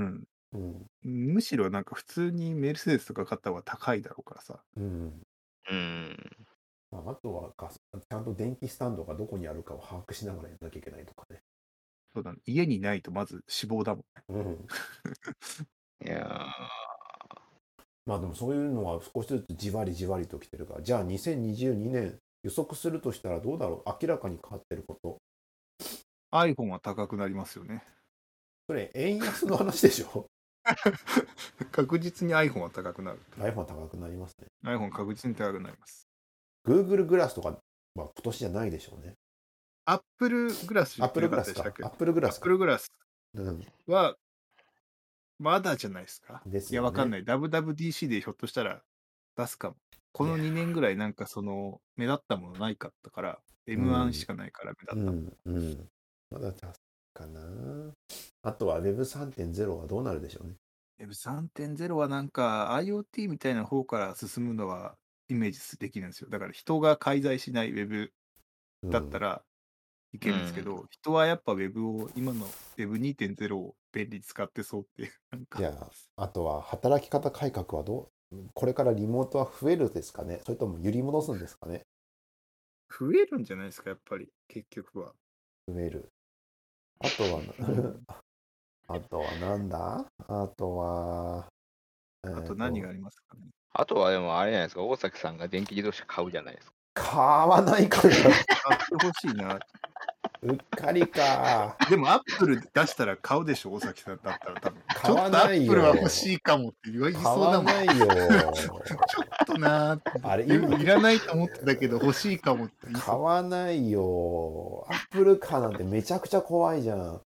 うんむしろなんか普通にメルセデスとか買った方が高いだろうからさ。 うんうん。 まあ、あとはガスちゃんと電気スタンドがどこにあるかを把握しながらやらなきゃいけないとかね。 そうだね。家にないとまず死亡だもん。 うんいやまあでもそういうのは少しずつじわりじわりときてるから、じゃあにせんにじゅうにねん予測するとしたらどうだろう。明らかに変わってること。 iPhone は高くなりますよね。 それ円安の話でしょ確実に iPhone は高くなる。 iPhone は高くなりますね。 iPhone 確実に高くなります。 Google グラスとかは今年じゃないでしょうね。 Apple グラス言ってな Apple グラスかかったでしたっけ？ Apple グラスか、 Apple グラスうんはまだじゃないですか。いや、 ですよね。 わかんない。ダブリューダブリューディーシー でひょっとしたら出すかも。このいやにねんぐらいなんかその目立ったものないかったから、エムワン しかないから目う立ったもの。 んうんまだ出すかな。あとは ウェブさんてんゼロ はどうなるでしょうね。 ウェブさんてんゼロ はなんか IoT みたいな方から進むのはイメージできるんですよ。だから人が介在しない Web うんだったらいけるんですけど、人はやっぱ Web を、今の ウェブにてんゼロ を便利に使ってそうっていう。なんかじゃああとは働き方改革はどう、これからリモートは増えるですかね、それとも揺り戻すんですかね。 増えるんじゃないですか、やっぱり、結局は。 増える。あとはうんあとはなんだあとは、えーあと何がありますかね。 あとはでもあれじゃないですか、大崎さんが電気自動車買うじゃないですか。 買わないかな買ってほしいな。 うっかりか。 でも、アップル出したら買うでしょ、大崎さんだったら多分。 買わないよちょっとアップルは欲しいかもって言い買そうだもん。 わないよ。 ちょっとなーって。 あれでも今いらないと思ってたけど、欲しいかもって言い買そう。 わないよ。アップルカーなんてめちゃくちゃ怖いじゃん。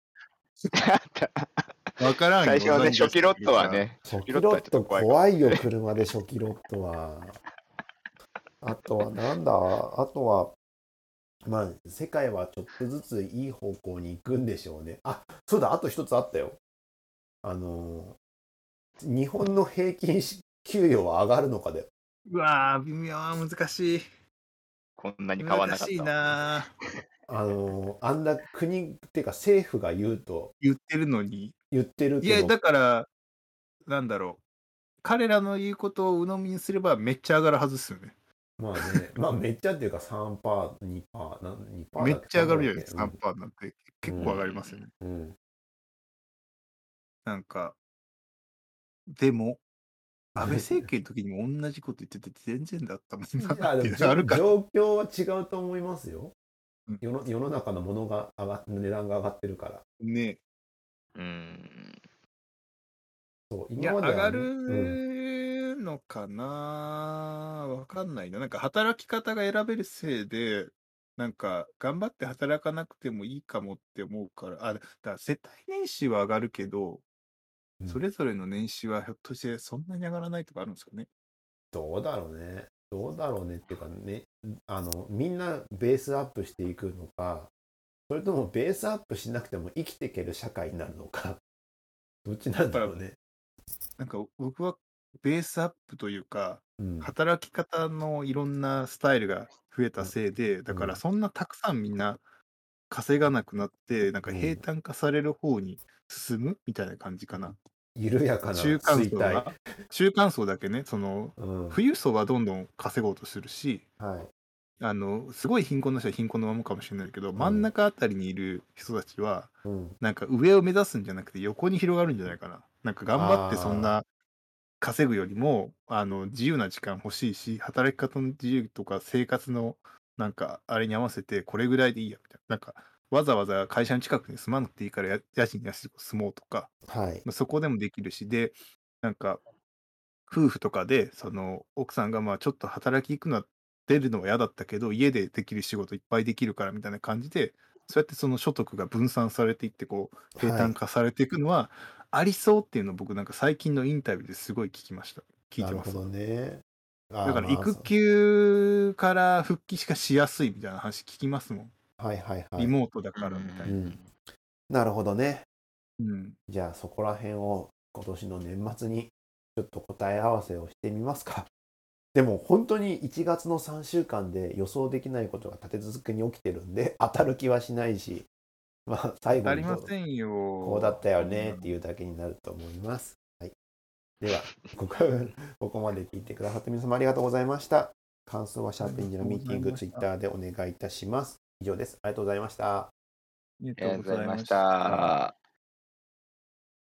わからんよ。 最初はね、 何出して初期ロットはね、 初期初期ロットはちょっロットと怖いかも。 怖いよ、車で初期ロットは。あとはなんだあとは、まあ、世界はちょっとずついい方向に行くんでしょうね。あ、そうだ、あと一つあったよ。あの、日本の平均給与は上がるのかだよ。 うわー、微妙、難しい。 こんなに変わんなかった難しいなー。 あの、あんな国っていうか政府が言うと言ってるのに。 言ってるいや、 けど、 だから、なんだろう。彼らの言うことを鵜呑みにすればめっちゃ上がるはずですよね。 まあね、まあめっちゃっていうかさんパーセント、にパーセント、なんにパーセントだっけめっちゃ上がるじゃないですか、 さんさんパーセントなんて。結構上がりますよね。 うんうんなんか、でも、安倍政権の時にも同じこと言ってて全然だったもんいなや、 っていうでもじょのあるから。 状況は違うと思いますよ。 うん世の世の中のものが上が値段が上がってるから。 ねうん。 そう、 いや、上が今まではね、うんるのかなわかんないな。なんか働き方が選べるせいで、なんか頑張って働かなくてもいいかもって思うから、あ、だから世帯年収は上がるけど、 うんそれぞれの年収はひょっとしてそんなに上がらないとかあるんですかね。 どうだろうね。どうだろうねっていうかね、あの、みんなベースアップしていくのか、それともベースアップしなくても生きていける社会になるのか、どっちなんだろうね。 なんか僕はベースアップというか、 うん。 働き方のいろんなスタイルが増えたせいで、だからうんそんなたくさんみんな稼がなくなって、なんかうん平坦化される方に進むみたいな感じかな。 緩やかな中間衰退。 層が、中間層だけね、その、 うん。 富裕層はどんどん稼ごうとするし、 はい。 あの、すごい貧困の人は貧困のままかもしれないけど、 ん真ん中あたりにいる人たちは、 うん。 なんか上を目指すんじゃなくて横に広がるんじゃないかな。なんか頑張ってそんな稼ぐよりも、あの、自由な時間欲しいし、働き方の自由とか生活のなんかあれに合わせてこれぐらいでいいやみたいな。なんかわざわざ会社の近くに住まなくていいからや家賃安く住もうとか、 はい。 まあそこでもできるし、で、なんか夫婦とかで、その奥さんがまあちょっと働き行くのは出るのは嫌だったけど、家でできる仕事いっぱいできるからみたいな感じで、そうやってその所得が分散されていって、こう、平坦化されていくのはありそうっていうのを僕なんか最近のインタビューですごい聞きました。聞いてます。 なるほどね。あだから育ーまあそう休から復帰しかしやすいみたいな話聞きますもん。 はいはいはい。 リモートだからみたいな。 うん。なるほどね。 うん。 じゃあそこら辺を今年の年末にちょっと答え合わせをしてみますか。でも本当にいちがつのさんしゅうかんで予想できないことが立て続けに起きてるんで当たる気はしないし、 まあ最後あにどうりませんよ。 こうだったよねっていうだけになると思います。はい、ではここ、ここまで聞いてくださって皆様ありがとうございました。感想はシャープエンジのミーティング、ツイッターでお願いいたします。以上です。ありがとうございました。 ありありがとうございましした。 た。